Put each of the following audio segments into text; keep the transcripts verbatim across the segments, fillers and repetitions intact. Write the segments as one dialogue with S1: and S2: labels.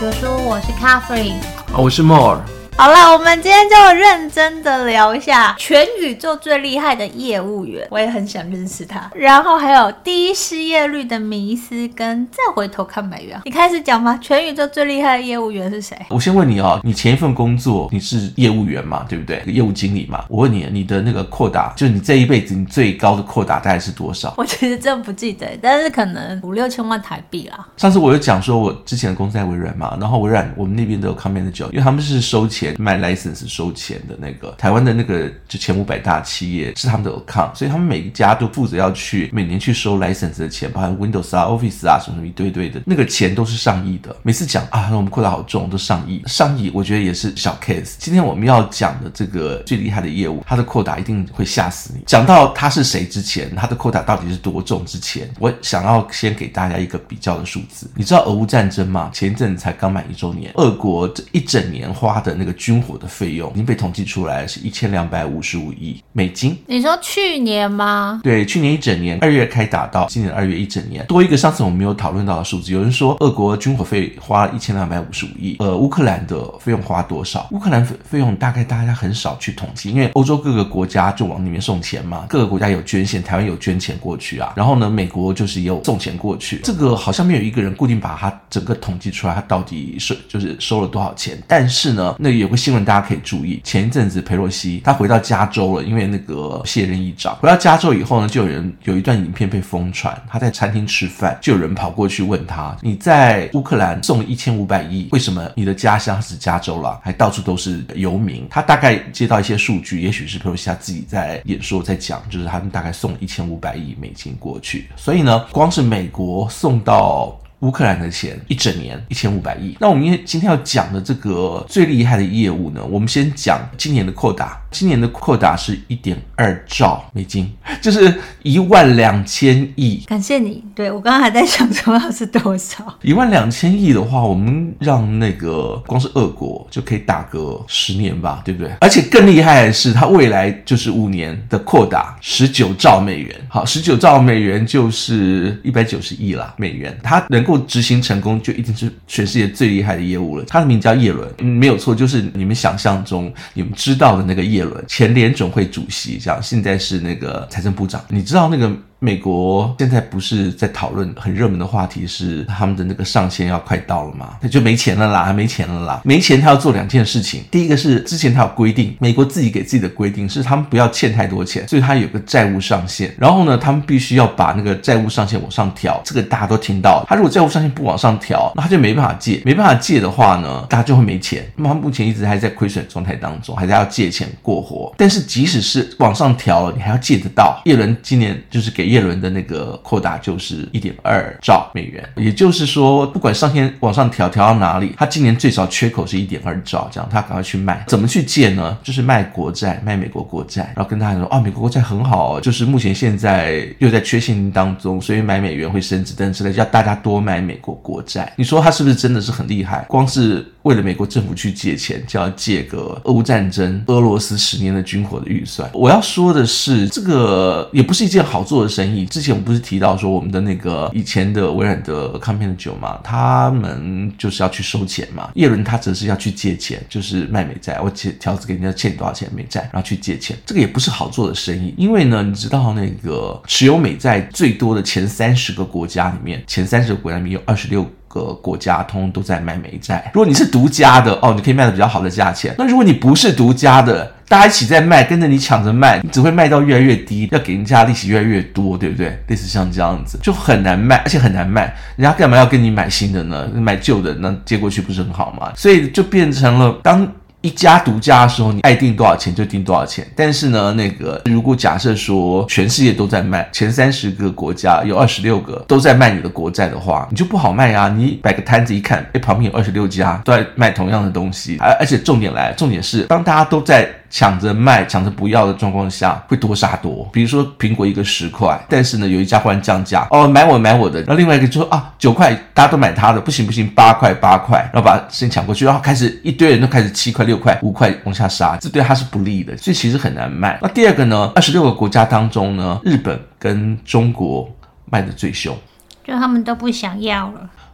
S1: 读书，我是 Catherine，
S2: 我是 More。
S1: 好了，我们今天就认真的聊一下全宇宙最厉害的业务员，我也很想认识他。然后还有低失业率的迷思，跟再回头看美元。你开始讲吧，全宇宙最厉害的业务员是谁？
S2: 我先问你哦，你前一份工作你是业务员嘛，对不对？业务经理嘛。我问你，你的那个扩打，就是你这一辈子你最高的扩打大概是多少？
S1: 我其实真不记得，但是可能五六千万台币啦。
S2: 上次我有讲说，我之前的公司在微软嘛，然后微软我们那边都有 account manager， 因为他们是收钱卖 license 收钱的那个，台湾的那个就前五百大企业是他们的 account， 所以他们每一家都负责要去每年去收 license 的钱，包含 Windows 啊 Office 啊什么什么一堆堆的，那个钱都是上亿的。每次讲啊，那我们扩大好重，都上亿，上亿我觉得也是小 case。今天我们要讲的这个最厉害的业务，他的扩大一定会吓死你。讲到他是谁之前，他的扩大到底是多重之前，我想要先给大家一个比较的数字。你知道俄乌战争吗？前一阵才刚满一周年，俄国这一整年花的那个军火的费用已经被统计出来是一千两百五十五亿美金。
S1: 你说去年吗？
S2: 对，去年一整年，二月开打到今年二月一整年，多一个上次我们没有讨论到的数字。有人说俄国军火费花了一千两百五十五亿，呃，乌克兰的费用花多少？乌克兰费用大概大家很少去统计，因为欧洲各个国家就往里面送钱嘛，各个国家有捐献，台湾有捐钱过去啊，然后呢，美国就是也有送钱过去，这个好像没有一个人固定把它整个统计出来，它到底收就是收了多少钱。但是呢，那有个新闻大家可以注意，前一阵子裴洛西他回到加州了，因为那个卸任议长回到加州以后呢，就有人有一段影片被疯传，他在餐厅吃饭，就有人跑过去问他，你在乌克兰送了一千五百亿，为什么你的家乡是加州啦，还到处都是游民？他大概接到一些数据，也许是裴洛西他自己在演说在讲，就是他们大概送了一千五百亿美金过去。所以呢，光是美国送到乌克兰的钱一整年一千五百亿。那我们今天要讲的这个最厉害的业务呢，我们先讲今年的扩打。今年的扩打是 一点二兆美金，就是一万两千亿。
S1: 感谢你，对，我刚刚还在想说要是多少。
S2: 一万两千亿的话，我们让那个光是俄国就可以打个十年吧，对不对？而且更厉害的是，它未来就是五年的扩打十九兆美元。好，十九兆美元就是一百九十亿啦美元。它能够执行成功，就一定是全世界最厉害的业务了。它的名叫叶伦，嗯，没有错，就是你们想象中、你们知道的那个叶伦，前联总会主席，这样现在是那个财政部长。你知道那个美国现在不是在讨论很热门的话题是他们的那个上限要快到了吗？他就没钱了啦，没钱了啦，没钱他要做两件事情。第一个是之前他有规定，美国自己给自己的规定是他们不要欠太多钱，所以他有个债务上限。然后呢，他们必须要把那个债务上限往上调，这个大家都听到了。他如果债务上限不往上调，那他就没办法借，没办法借的话呢，大家就会没钱。那么他目前一直还在亏损状态当中，还在要借钱过活。但是即使是往上调了，你还要借得到。叶伦今年就是给叶伦的那个扩大就是 一点二兆美元，也就是说不管上限往上调调到哪里，他今年最少缺口是 一点二兆，这样他赶快去卖。怎么去借呢？就是卖国债，卖美国国债，然后跟大家说啊，美国国债很好哦，就是目前现在又在缺现金当中，所以买美元会升值等之类，叫大家多买美国国债。你说他是不是真的是很厉害？光是为了美国政府去借钱，就要借个俄乌战争俄罗斯十年的军火的预算。我要说的是，这个也不是一件好做的生意。之前我们不是提到说我们的那个以前的微软的 account manager 嘛，他们就是要去收钱嘛，叶伦他则是要去借钱，就是卖美债，我条子给人家欠多少钱美债，然后去借钱，这个也不是好做的生意。因为呢，你知道那个持有美债最多的前三十个国家里面，前三十个国家里面有二十六个国家通通都在卖美债。如果你是独家的哦，你可以卖到比较好的价钱。那如果你不是独家的，大家一起在卖，跟着你抢着卖，你只会卖到越来越低，要给人家利息越来越多，对不对？类似像这样子就很难卖，而且很难卖，人家干嘛要跟你买新的呢？买旧的那接过去不是很好吗？所以就变成了当一家独家的时候，你爱定多少钱就定多少钱。但是呢，那个如果假设说全世界都在卖，前三十个国家有二十六个都在卖你的国债的话，你就不好卖啊。你摆个摊子一看，哎，旁边有二十六家都在卖同样的东西，而而且重点来，重点是当大家都在抢着卖抢着不要的状况下，会多杀多。比如说苹果一个十块，但是呢有一家忽然降价，哦买我买我的，然后另外一个就说啊九块大家都买他的，不行不行八块八块，然后把先抢过去，然后开始一堆人都开始七块六块五块往下杀，这对他是不利的，所以其实很难卖。那第二个呢，二十六个国家当中呢，日本跟中国卖的最凶，
S1: 就他们都不想要了。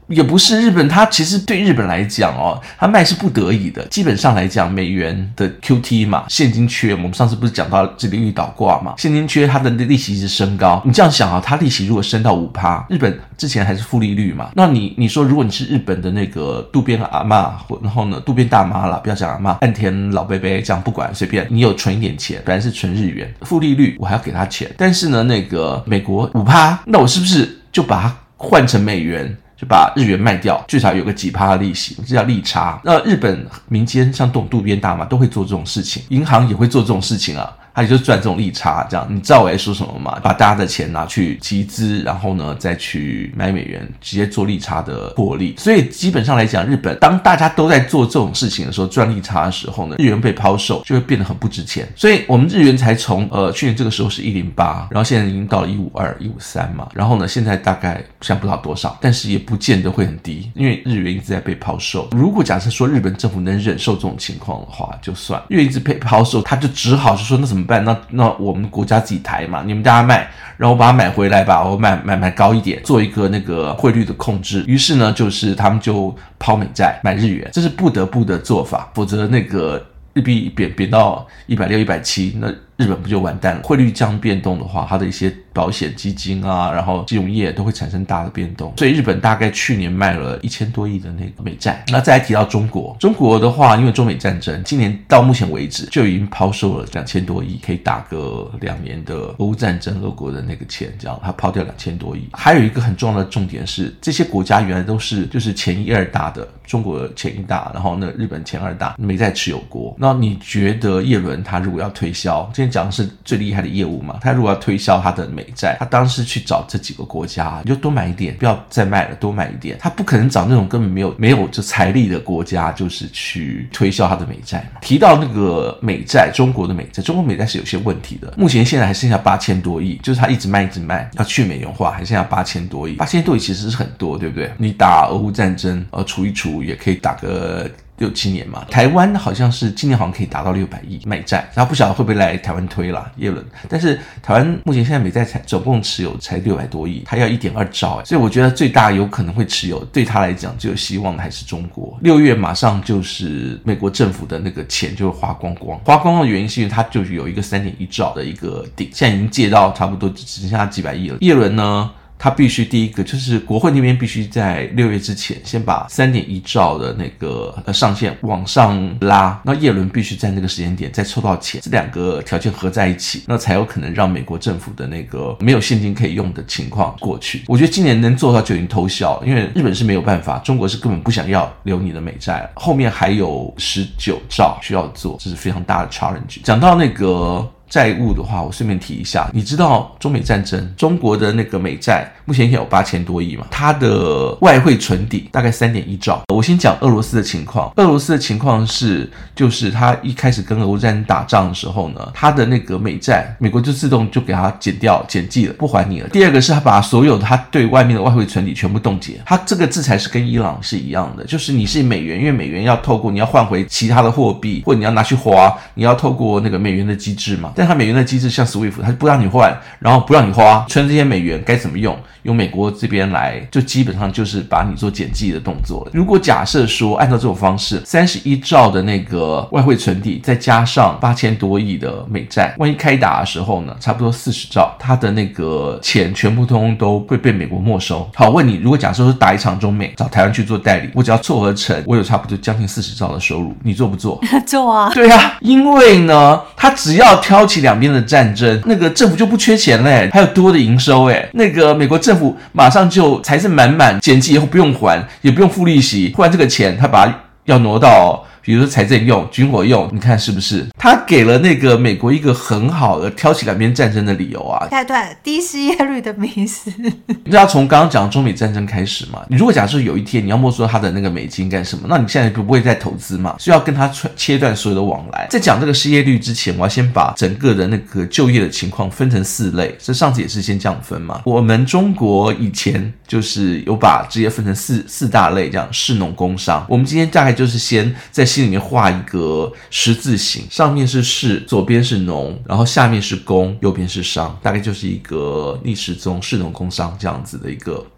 S2: 也不是日本，它其实对日本来讲哦，它卖是不得已的。基本上来讲，美元的 Q T 嘛，现金缺，我们上次不是讲到这利率倒挂嘛，现金缺它的利息一直升高。你这样想啊，它利息如果升到 百分之五， 日本之前还是负利率嘛，那你你说如果你是日本的那个渡边阿嬷，然后呢渡边大妈啦，不要讲阿嬷，岸田老伯伯这样不管随便，你有存一点钱，本来是存日元，负利率我还要给他钱，但是呢那个美国 百分之五， 那我是不是就把它换成美元？就把日元卖掉，最少有个几趴的利息，这叫利差。那日本民间像渡边大妈都会做这种事情，银行也会做这种事情啊。他也就赚这种利差，这样你知道我在说什么吗？把大家的钱拿去集资，然后呢再去买美元，直接做利差的获利。所以基本上来讲，日本当大家都在做这种事情的时候，赚利差的时候呢，日元被抛售就会变得很不值钱。所以我们日元才从呃去年这个时候是一百零八，然后现在已经到了一百五十二、一百五十三嘛，然后呢现在大概现在不知道多少，但是也不见得会很低，因为日元一直在被抛售。如果假设说日本政府能忍受这种情况的话，就算日元一直被抛售，他就只好就说那怎么办？那那我们国家自己抬嘛，你们大家卖，然后我把它买回来吧，我买买买高一点，做一个那个汇率的控制。于是呢，就是他们就抛美债买日元，这是不得不的做法，否则那个日币贬贬到一百六、一百七，那日本不就完蛋了？汇率这样变动的话，它的一些保险基金啊，然后金融业都会产生大的变动。所以日本大概去年卖了一千多亿的那个美债。那再来提到中国，中国的话，因为中美战争，今年到目前为止就已经抛售了两千多亿，可以打个两年的俄乌战争，俄国的那个钱，这样它抛掉两千多亿。还有一个很重要的重点是，这些国家原来都是就是前一二大的，中国前一大，然后呢日本前二大美债持有国。那你觉得叶伦他如果要推销，今天讲的是最厉害的业务嘛，他如果要推销他的美债，他当然是去找这几个国家，你就多买一点，不要再卖了，多买一点。他不可能找那种根本没有没有就财力的国家，就是去推销他的美债嘛。提到那个美债，中国的美债，中国美债是有些问题的，目前现在还剩下八千多亿，就是他一直卖一直卖，要去美元化，还剩下八千多亿，八千多亿其实是很多，对不对？你打俄乌战争，呃，除一除也可以打个六七年嘛。台湾好像是今年好像可以达到六百亿美债，然后不晓得会不会来台湾推啦耶伦，但是台湾目前现在美债才总共持有才六百多亿，他要一点二兆，所以我觉得最大有可能会持有，对他来讲最有希望的还是中国。六月马上就是美国政府的那个钱就会花光光，花光光的原因是因为他就是有一个 三点一兆的一个顶，现在已经借到差不多只剩下几百亿了。耶伦呢他必须第一个就是国会那边必须在六月之前先把 三点一兆的那个呃上限往上拉，那耶伦必须在那个时间点再抽到钱，这两个条件合在一起，那才有可能让美国政府的那个没有现金可以用的情况过去。我觉得今年能做到就已经偷笑，因为日本是没有办法，中国是根本不想要留你的美债，后面还有十九兆需要做，这是非常大的 challenge。讲到那个债务的话，我顺便提一下，你知道中美战争，中国的那个美债目前有八千多亿嘛，它的外汇存底大概 三点一兆。我先讲俄罗斯的情况，俄罗斯的情况是，就是他一开始跟俄乌战争打仗的时候呢，他的那个美债，美国就自动就给他减掉、减记了，不还你了。第二个是他把所有的他对外面的外汇存底全部冻结，他这个制裁是跟伊朗是一样的，就是你是美元，因为美元要透过你要换回其他的货币，或者你要拿去花，你要透过那个美元的机制嘛。但他美元的机制像 SWIFT， 他不让你换，然后不让你花，存这些美元该怎么用，由美国这边来，就基本上就是把你做减记的动作了。如果假设说按照这种方式，三十一兆的那个外汇存底，再加上八千多亿的美债，万一开打的时候呢，差不多四十兆，他的那个钱全部通通都会被美国没收。好，问你，如果假设是打一场中美，找台湾去做代理，我只要凑合成，我有差不多将近四十兆的收入，你做不做？
S1: 做啊。
S2: 对啊，因为呢，他只要挑起两边的战争，那个政府就不缺钱嘞，还有多的营收诶，那个美国政府马上就财政满满，减记以后不用还，也不用付利息，忽然这个钱他把它要挪到比如说财政用、军火用，你看是不是？他给了那个美国一个很好的挑起两边战争的理由啊。
S1: 对对，低失业率的迷思。
S2: 你知道从刚刚讲中美战争开始嘛？你如果假设有一天你要没收他的那个美金干什么？那你现在不会再投资嘛？所以要跟他切断所有的往来。在讲这个失业率之前，我要先把整个的那个就业的情况分成四类。这上次也是先这样分嘛。我们中国以前就是有把职业分成四四大类，这样士农工商。我们今天大概就是先在心里面画一个十字形，上面是士，左边是农，然后下面是工，右边是商，大概就是一个逆时钟士农工商这样子的一个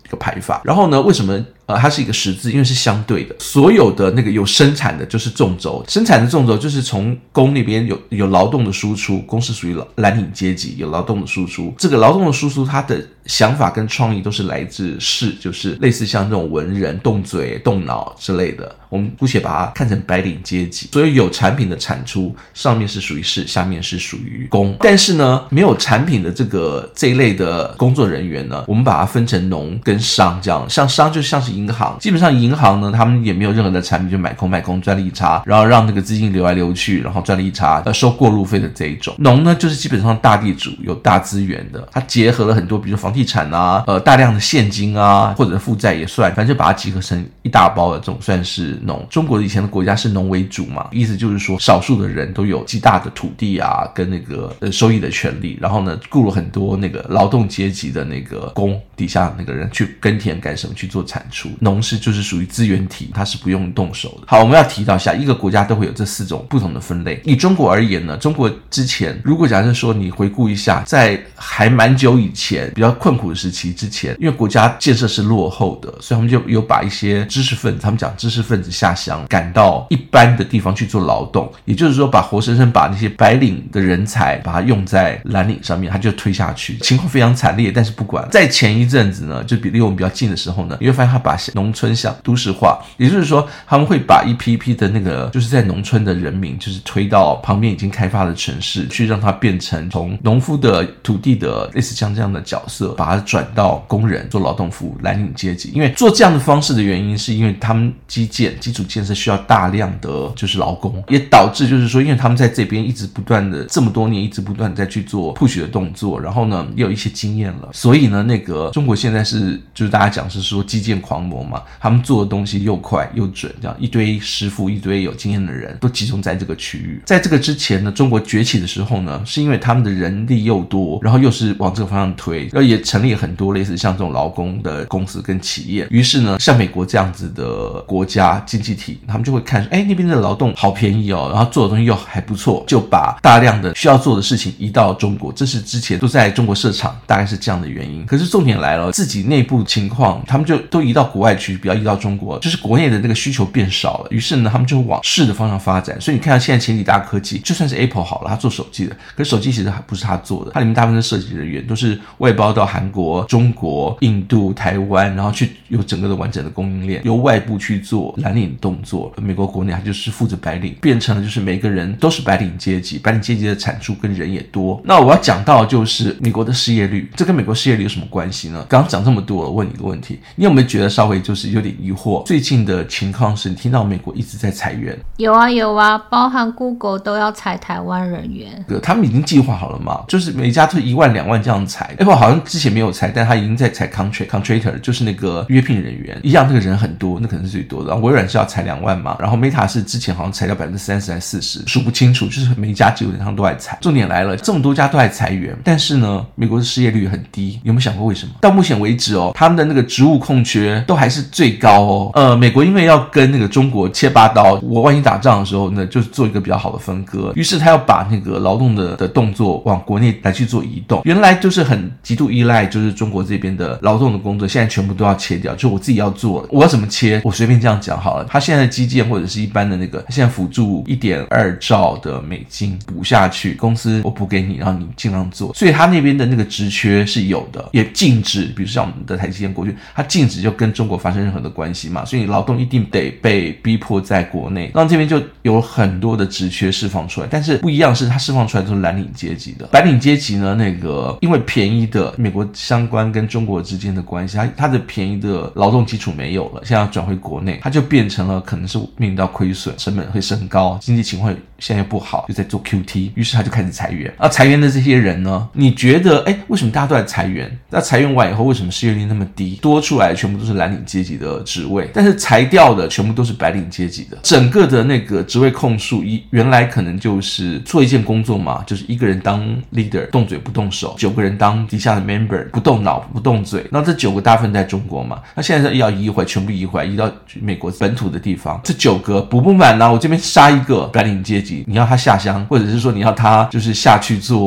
S2: 一个排法。然后呢，为什么呃它是一个十字？因为是相对的，所有的那个有生产的就是纵轴，生产的纵轴就是从工那边有有劳动的输出，工是属于蓝领阶级，有劳动的输出。这个劳动的输出，它的想法跟创意都是来自士，就是类似像这种文人动嘴动脑之类的，我们姑且把它看成白领阶级。所以有产品的产出，上面是属于士，下面是属于工。但是呢，没有产品的这个这一类的工作人员呢，我们把它分成农跟商这样。像商就像是银行，基本上银行呢，他们也没有任何的产品，就买空卖空赚利差，然后让那个资金流来流去，然后赚利差，呃，收过路费的这一种。农呢，就是基本上大地主有大资源的，它结合了很多，比如说房地产啊，呃，大量的现金啊，或者负债也算，反正就把它集合成一大包的这种算是农。中国以前的国家是农为主嘛，意思就是说少数的人都有极大的土地啊跟那个呃收益的权利，然后呢雇了很多那个劳动阶级的那个工底下那个人去耕田干什么去做产出。农是就是属于资源体，它是不用动手的。好，我们要提到一下，一个国家都会有这四种不同的分类。以中国而言呢，中国之前如果假设说你回顾一下，在还蛮久以前比较困苦的时期之前，因为国家建设是落后的，所以他们就有把一些知识分子，他们讲知识分子下乡赶到一般的地方去做劳动，也就是说把活生生把那些白领的人才把它用在蓝领上面，他就推下去，情况非常惨烈。但是不管在前一阵子呢，就比离我们比较近的时候呢，你会发现他把农村向都市化，也就是说他们会把一批一批的那个就是在农村的人民就是推到旁边已经开发的城市去，让它变成从农夫的土地的类似像这样的角色，把它转到工人做劳动服务蓝领阶级。因为做这样的方式的原因是因为他们基建基础建设需要大量的就是劳工，也导致就是说因为他们在这边一直不断的这么多年一直不断的在去做 push 的动作，然后呢也有一些经验了，所以呢那个中国现在是就是大家讲是说基建狂魔嘛，他们做的东西又快又准，这样一堆师傅一堆有经验的人都集中在这个区域。在这个之前呢，中国崛起的时候呢，是因为他们的人力又多，然后又是往这个方向推，然后也成立很多类似像这种劳工的公司跟企业。于是呢，像美国这样子的国家经济体，他们就会看说，哎，那边的劳动好便宜哦，然后做的东西又还不错，就把大量的需要做的事情移到中国。这是之前都在中国设厂，大概是这样的原因。可是重点来了，自己内部情况，他们就都移到国外去，不要移到中国，就是国内的那个需求变少了。于是呢，他们就往市的方向发展。所以你看到现在前几大科技，就算是 Apple 好了，他做手机的，可是手机其实还不是他做的，他里面大部分的设计人员都是外包到韩国、中国、印度、台湾，然后去有整个的完整的供应链，由外部去做蓝领动作。美国国内他就是负责白领，变成了就是每个人都是白领阶级，白领阶级的产出跟人也多。那我要讲到就是美国的失业率，这跟美国失业率有什么关系呢？刚刚讲这么多，我问你一个问题，你有没有觉得稍微就是有点疑惑？最近的情况是你听到美国一直在裁员？
S1: 有啊有啊，包含 Google 都要裁台湾人员。
S2: 他们已经计划好了嘛，就是每家都一万两万这样裁。Apple 好像之前没有裁，但他已经在裁 contract contractor， 就是那个约聘人员，一样那个人很多，那可能是最多的。然后微软是要裁两万嘛，然后 Meta 是之前好像裁掉百分之三十还是四十，数不清楚，就是每一家基本上都在裁。重点来了，这么多家都在裁员，但是呢，美国的失业率很低，有没有想过为什么？到目前为止哦，他们的那个职务空缺都还是最高哦。呃，美国因为要跟那个中国切八刀，我万一打仗的时候呢，就是做一个比较好的分割，于是他要把那个劳动的的动作往国内来去做移动。原来就是很极度依赖就是中国这边的劳动的工作，现在全部都要切掉，就我自己要做了。我要怎么切？我随便这样讲好了，他现在的基建或者是一般的那个，他现在辅助 一点二兆的美金补下去，公司我补给你，然后你尽量做。所以他那边的那个职缺是有的，也禁止，比如像我们的台积电过去，他禁止就跟中国发生任何的关系嘛，所以劳动一定得被逼迫在国内。那这边就有很多的职缺释放出来，但是不一样是他释放出来都是蓝领阶级的，白领阶级呢，那个因为便宜的美国相关跟中国之间的关系，他他的便宜的劳动基础没有了，现在要转回国内，他就变成了可能是面临到亏损，成本会升高，经济情况现在又不好，就在做 Q T， 于是他就开始裁员。而裁员的这些人呢，你觉得哎，为什么大家都在裁员？那裁员完以后，为什么失业率那么低？多出来的全部都是蓝领阶级的职位，但是裁掉的全部都是白领阶级的。整个的那个职位控数，原来可能就是做一件工作嘛，就是一个人当 leader， 动嘴不动手，九个人当底下的 member， 不动脑不动嘴。那这九个大部分在中国嘛，那现在要移回，全部移回来，移到美国本土的地方。这九个补不满啊，我这边杀一个白领阶级，你要他下乡，或者是说你要他就是下去做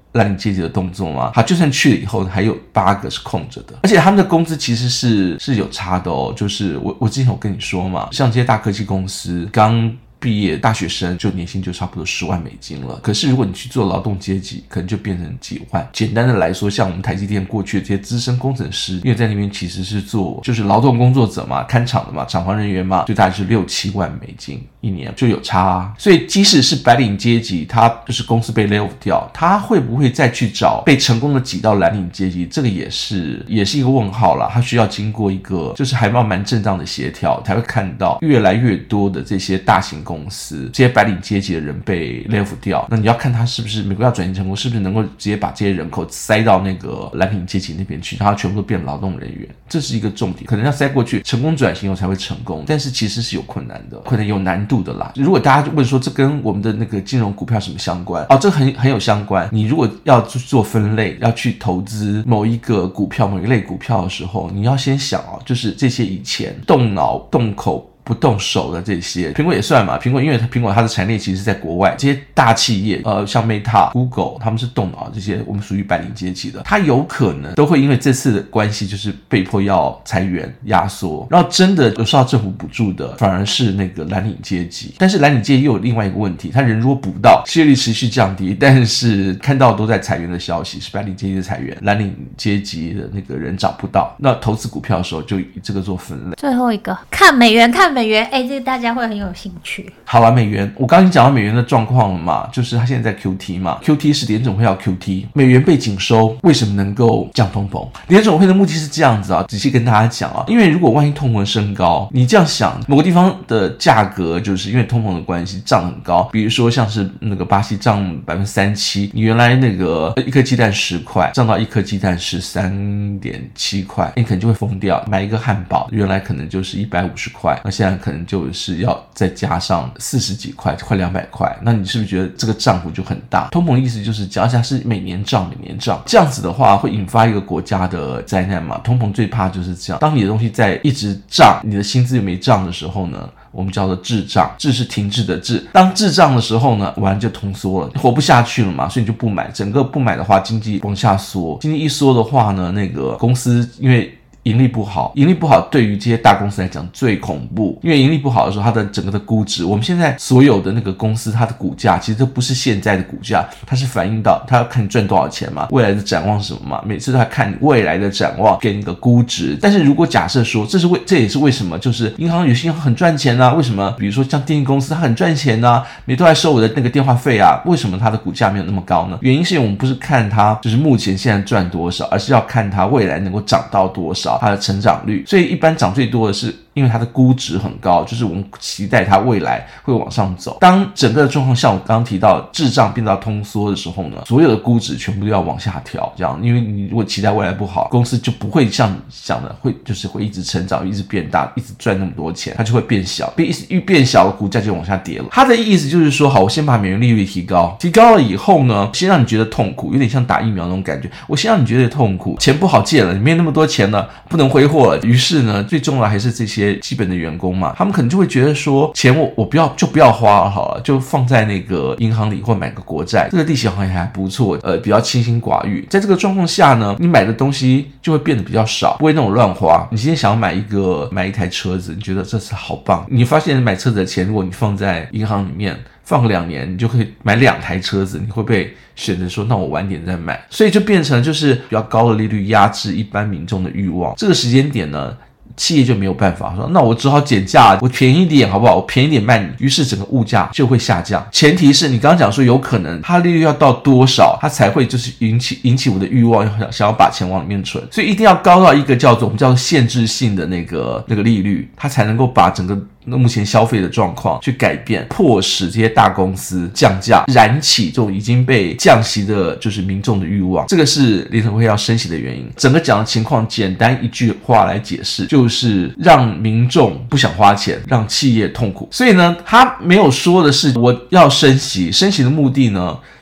S2: 蓝领阶级的动作吗？好，就算去了以后还有八个是空着的，而且他们的工资其实是是有差的哦。就是我我之前有跟你说嘛，像这些大科技公司刚毕业大学生就年薪就差不多十万美金了，可是如果你去做劳动阶级，可能就变成几万。简单的来说，像我们台积电过去的这些资深工程师，因为在那边其实是做就是劳动工作者嘛，看厂的嘛，厂房人员嘛，就大概是六七万美金一年，就有差啊。所以即使是白领阶级，他就是公司被 lay off 掉，他会不会再去找被成功的挤到蓝领阶级，这个也是也是一个问号啦。他需要经过一个就是还蛮蛮正当的协调，才会看到越来越多的这些大型公司这些白领阶级的人被 lay off 掉。那你要看他是不是美国要转型成功，是不是能够直接把这些人口塞到那个蓝领阶级那边去，让他全部都变劳动人员，这是一个重点。可能要塞过去，成功转型后才会成功，但是其实是有困难的，可能有难度的啦。如果大家问说这跟我们的那个金融股票什么相关？哦，这很很有相关。你如果要做分类，要去投资某一个股票、某一类股票的时候，你要先想哦，就是这些以前动脑、动口不动手的这些，苹果也算嘛。苹果因为它苹果它的产业其实是在国外，这些大企业，呃，像 Meta、Google， 他们是动脑这些，我们属于白领阶级的，它有可能都会因为这次的关系，就是被迫要裁员、压缩，然后真的有受到政府补助的，反而是那个蓝领阶级。但是蓝领阶级又有另外一个问题，他人如果补到，失业率持续降低，但是看到都在裁员的消息，是白领阶级的裁员，蓝领阶级的那个人找不到。那投资股票的时候就以这个做分类。
S1: 最后一个，看美元，看美元，哎，这个大家会很有兴趣。
S2: 好了，美元，我刚刚已经讲到美元的状况了嘛，就是它现在在 Q T 嘛 ，Q T 是联总会要 Q T， 美元被紧收，为什么能够降通膨？联总会的目的是这样子啊，仔细跟大家讲啊，因为如果万一通膨升高，你这样想，某个地方的价格就是因为通膨的关系涨很高，比如说像是那个巴西涨百分之三七，你原来那个一颗鸡蛋十块，涨到一颗鸡蛋十三点七块，你可能就会疯掉。买一个汉堡，原来可能就是一百五十块，那现在可能就是要再加上四十几块，快两百块，那你是不是觉得这个涨幅就很大？通膨的意思就是假设是每年涨每年涨，这样子的话会引发一个国家的灾难嘛。通膨最怕就是这样，当你的东西在一直涨，你的薪资又没涨的时候呢，我们叫做滞胀，滞是停滞的滞，当滞胀的时候呢，完就通缩了，活不下去了嘛，所以你就不买，整个不买的话，经济往下缩，经济一缩的话呢，那个公司因为盈利不好，盈利不好对于这些大公司来讲最恐怖，因为盈利不好的时候，它的整个的估值，我们现在所有的那个公司，它的股价其实都不是现在的股价，它是反映到它要看你赚多少钱嘛，未来的展望是什么嘛，每次都要看未来的展望给你个估值。但是如果假设说，这是为这也是为什么，就是银行有些银行很赚钱啊，为什么？比如说像电信公司，它很赚钱啊，每都来收我的那个电话费啊，为什么它的股价没有那么高呢？原因是因为我们不是看它就是目前现在赚多少，而是要看它未来能够涨到多少。它的成长率，所以一般涨最多的是因为它的估值很高，就是我们期待它未来会往上走。当整个的状况像我刚刚提到滞胀变到通缩的时候呢，所有的估值全部都要往下调，这样，因为你如果期待未来不好，公司就不会像想的会就是会一直成长，一直变大，一直赚那么多钱，它就会变小，变一变小了，股价就往下跌了。它的意思就是说，好，我先把美元利率提高，提高了以后呢，先让你觉得痛苦，有点像打疫苗那种感觉，我先让你觉得痛苦，钱不好借了，你没那么多钱了，不能挥霍了。于是呢，最重要的还是这些基本的员工嘛，他们可能就会觉得说，钱我我不要就不要花了好了，就放在那个银行里或买个国债，这个利息好像也还不错，呃，比较清心寡欲。在这个状况下呢，你买的东西就会变得比较少，不会那种乱花。你今天想要买一个买一台车子，你觉得这次好棒，你发现买车子的钱，如果你放在银行里面放两年，你就可以买两台车子，你会不会选择说那我晚点再买？所以就变成就是比较高的利率压制一般民众的欲望。这个时间点呢，企业就没有办法说，那我只好减价，我便宜一点好不好？我便宜一点卖你，于是整个物价就会下降。前提是你刚刚讲说有可能它利率要到多少，它才会就是引起引起我的欲望，想想要把钱往里面存，所以一定要高到一个叫做我们叫做限制性的那个那个利率，它才能够把整个那目前消费的状况去改变，迫使这些大公司降价，燃起这种已经被降息的就是民众的欲望。这个是联储会要升息的原因。整个讲的情况简单一句话来解释，就是让民众不想花钱，让企业痛苦。所以呢，他没有说的是我要升息，升息的目的呢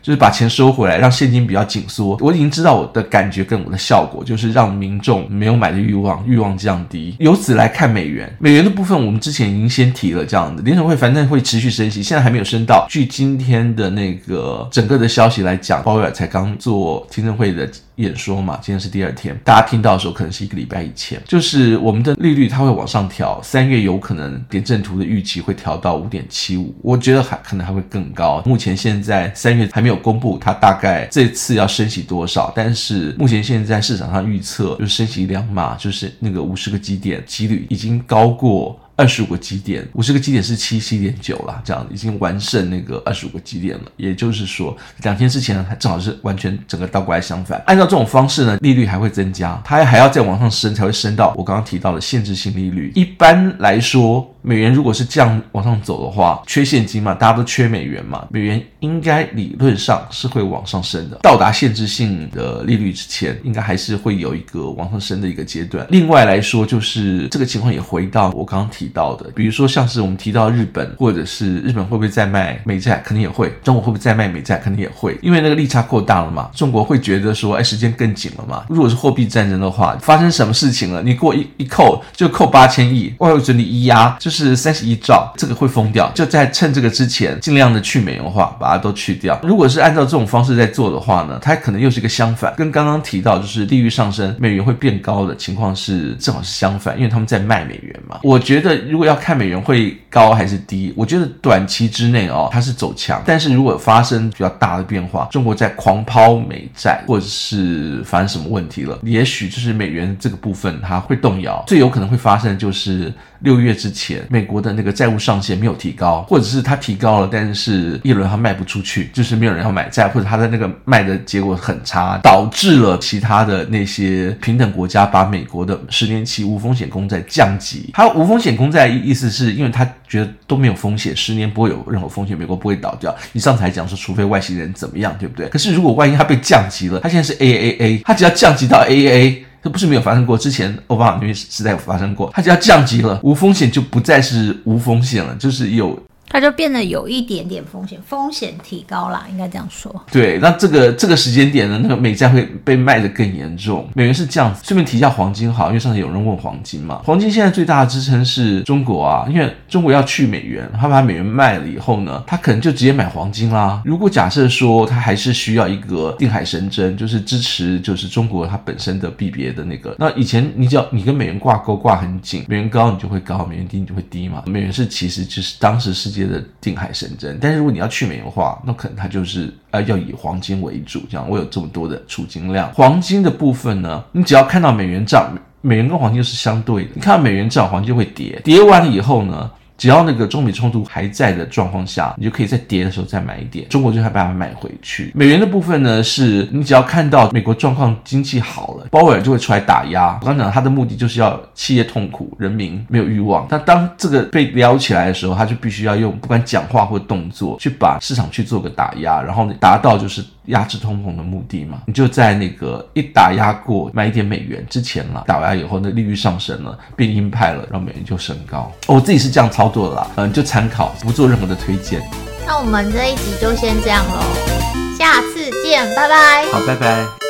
S2: 就是把钱收回来，让现金比较紧缩。我已经知道我的感觉跟我的效果，就是让民众没有买的欲望，欲望降低。由此来看美元，美元的部分我们之前已经先提了，这样的联准会反正会持续升息，现在还没有升到。据今天的那个整个的消息来讲，鲍威尔才刚做听证会的演说嘛，今天是第二天，大家听到的时候可能是一个礼拜以前，就是我们的利率它会往上调，三月有可能点阵图的预期会调到 五点七五， 我觉得还可能还会更高。目前现在三月还没有公布它大概这次要升息多少，但是目前现在市场上预测就是升息两码，就是那个五十个基点几率已经高过二十五个基点，五十个基点是 七十七点九 啦，这样已经完胜那个二十五个基点了。也就是说两天之前正好是完全整个倒过来相反。按照这种方式呢，利率还会增加，它还要再往上升才会升到我刚刚提到的限制性利率。一般来说美元如果是这样往上走的话，缺现金嘛，大家都缺美元嘛，美元应该理论上是会往上升的，到达限制性的利率之前应该还是会有一个往上升的一个阶段。另外来说，就是这个情况也回到我刚刚提到的，比如说像是我们提到日本，或者是日本会不会再卖美债，可能也会，中国会不会再卖美债，可能也会，因为那个利差扩大了嘛，中国会觉得说哎，时间更紧了嘛。如果是货币战争的话，发生什么事情了，你给我 一, 一扣就扣八千亿，外汇准备一压就是三十一兆，这个会疯掉，就在趁这个之前尽量的去美元化，把它都去掉。如果是按照这种方式在做的话呢，它可能又是一个相反，跟刚刚提到就是利率上升美元会变高的情况是正好是相反，因为他们在卖美元嘛。我觉得如果要看美元会高还是低，我觉得短期之内哦它是走强，但是如果发生比较大的变化，中国在狂抛美债，或者是发生什么问题了，也许就是美元这个部分它会动摇。最有可能会发生的就是六月之前美国的那个债务上限没有提高，或者是它提高了，但是一轮它卖不出去，就是没有人要买债，或者它的那个卖的结果很差，导致了其他的那些平等国家把美国的十年期无风险公债降级。它无风险公债意思是因为它觉得都没有风险，十年不会有任何风险，美国不会倒掉。你上次还讲说除非外星人怎么样，对不对？可是如果万一它被降级了，它现在是 A A A， 它只要降级到 A A A，这不是没有发生过，之前奥巴马那时代有发生过，它只要降级了，无风险就不再是无风险了，就是有
S1: 它就变得有一点点风险，风险提高啦，应该这样说。
S2: 对，那这个这个时间点呢，那个美债会被卖得更严重。美元是这样子，顺便提一下黄金好，因为上次有人问黄金嘛，黄金现在最大的支撑是中国啊，因为中国要去美元，他把美元卖了以后呢，他可能就直接买黄金啦。如果假设说他还是需要一个定海神针，就是支持就是中国它本身的币别的那个，那以前你只要你跟美元挂钩挂很紧，美元高你就会高，美元低你就会低嘛。美元是其实就是当时世界的定海神针，但是如果你要去美元化，那可能它就是呃要以黄金为主，这样我有这么多的储金量。黄金的部分呢，你只要看到美元涨，美元跟黄金是相对的，你看到美元涨，黄金会跌，跌完了以后呢，只要那个中美冲突还在的状况下，你就可以在跌的时候再买一点，中国就会把它买回去。美元的部分呢，是你只要看到美国状况经济好了，鲍威尔就会出来打压。我刚讲他的目的就是要企业痛苦，人民没有欲望。但当这个被撩起来的时候，他就必须要用不管讲话或动作去把市场去做个打压，然后达到就是压制通膨的目的嘛。你就在那个一打压过买一点美元之前了，打压以后那利率上升了，变鹰派了，然后美元就升高。我自己是这样操作的啦，嗯，就参考，不做任何的推荐。
S1: 那我们这一集就先这样咯，下次见，拜拜。
S2: 好，拜拜。